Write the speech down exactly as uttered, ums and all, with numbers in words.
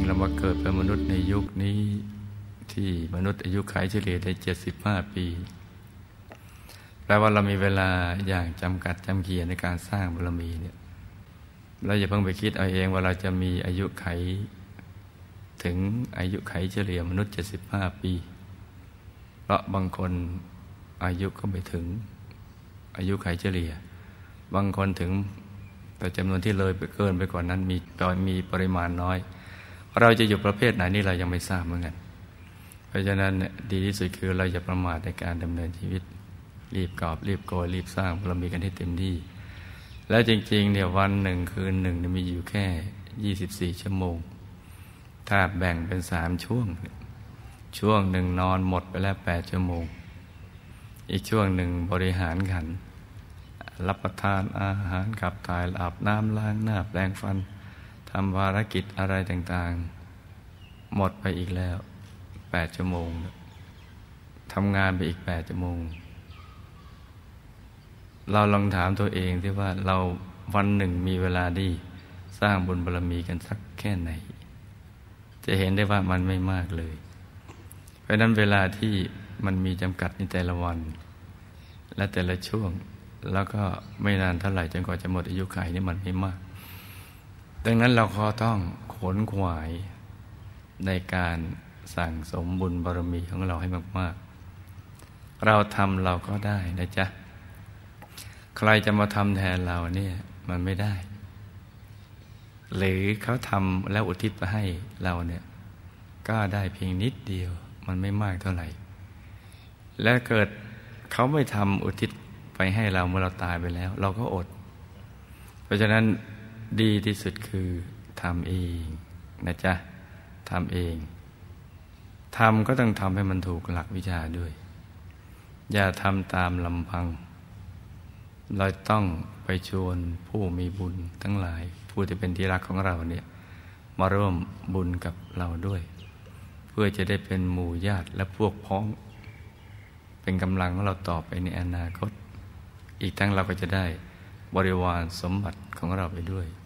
เรามาเกิดเป็นมนุษย์ในยุคนี้ที่มนุษย์อายุขัยเฉลี่ยได้เจ็ดสิบห้าปีแปลว่าเรามีเวลาอย่างจำกัดจำเกียในการสร้างบารมีเนี่ยเราอย่าเพิ่งไปคิดเอาเองว่าเราจะมีอายุขัยถึงอายุขัยเฉลี่ยมนุษย์เจ็ดสิบห้าปีเพราะบางคนอายุก็ไม่ถึงอายุขัยเฉลี่ยบางคนถึงแต่จำนวนที่เลยไปเกินไปกว่านั้นมีตอนมีปริมาณน้อยเราจะอยู่ประเภทไหนนี่เรายังไม่ทราบเหมือนกันเพราะฉะนั้นดีที่สุดคือเราอย่าประมาทในการดำเนินชีวิตรีบกอบรีบโกยรีบสร้างบารมีกันให้เต็มที่แล้วจริงๆเนี่ยวันหนึ่งคืนหนึ่งมีอยู่แค่ยี่สิบสี่ชั่วโมงถ้าแบ่งเป็นสามช่วงช่วงหนึ่งนอนหมดไปแล้วแปดชั่วโมงอีกช่วงหนึ่งบริหารขันรับประทานอาหารขับถ่ายอาบน้ำล้างหน้าแปรงฟันทำภารกิจอะไรต่างๆหมดไปอีกแล้วแปดชั่วโมงทำงานไปอีกแปดชั่วโมงเราลองถามตัวเองที่ว่าเราวันหนึ่งมีเวลาดีสร้างบุญบารมีกันสักแค่ไหนจะเห็นได้ว่ามันไม่มากเลยเพราะนั้นเวลาที่มันมีจำกัดในแต่ละวันและแต่ละช่วงแล้วก็ไม่นานเท่าไหร่จนกว่าจะหมดอายุขัยนี่มันไม่มากดังนั้นเราก็ต้องขวนขวายในการสั่งสมบุญบารมีของเราให้มากๆเราทำเราก็ได้นะจ๊ะใครจะมาทำแทนเราเนี่ยมันไม่ได้หรือเขาทำแล้วอุทิศไปให้เราเนี่ยก็ได้เพียงนิดเดียวมันไม่มากเท่าไหร่และเกิดเขาไม่ทำอุทิศไปให้เราเมื่อเราตายไปแล้วเราก็อดเพราะฉะนั้นดีที่สุดคือทำเองนะจ๊ะทำเองทำก็ต้องทำให้มันถูกหลักวิชาด้วยอย่าทำตามลำพังเราต้องไปชวนผู้มีบุญทั้งหลายผู้ที่เป็นที่รักของเราเนี่ยมาร่วมบุญกับเราด้วยเพื่อจะได้เป็นหมู่ญาติและพวกพ้องเป็นกำลังของเราต่อไปในอนาคตอีกทั้งเราก็จะได้บริวารสมบัติของเราไปด้วย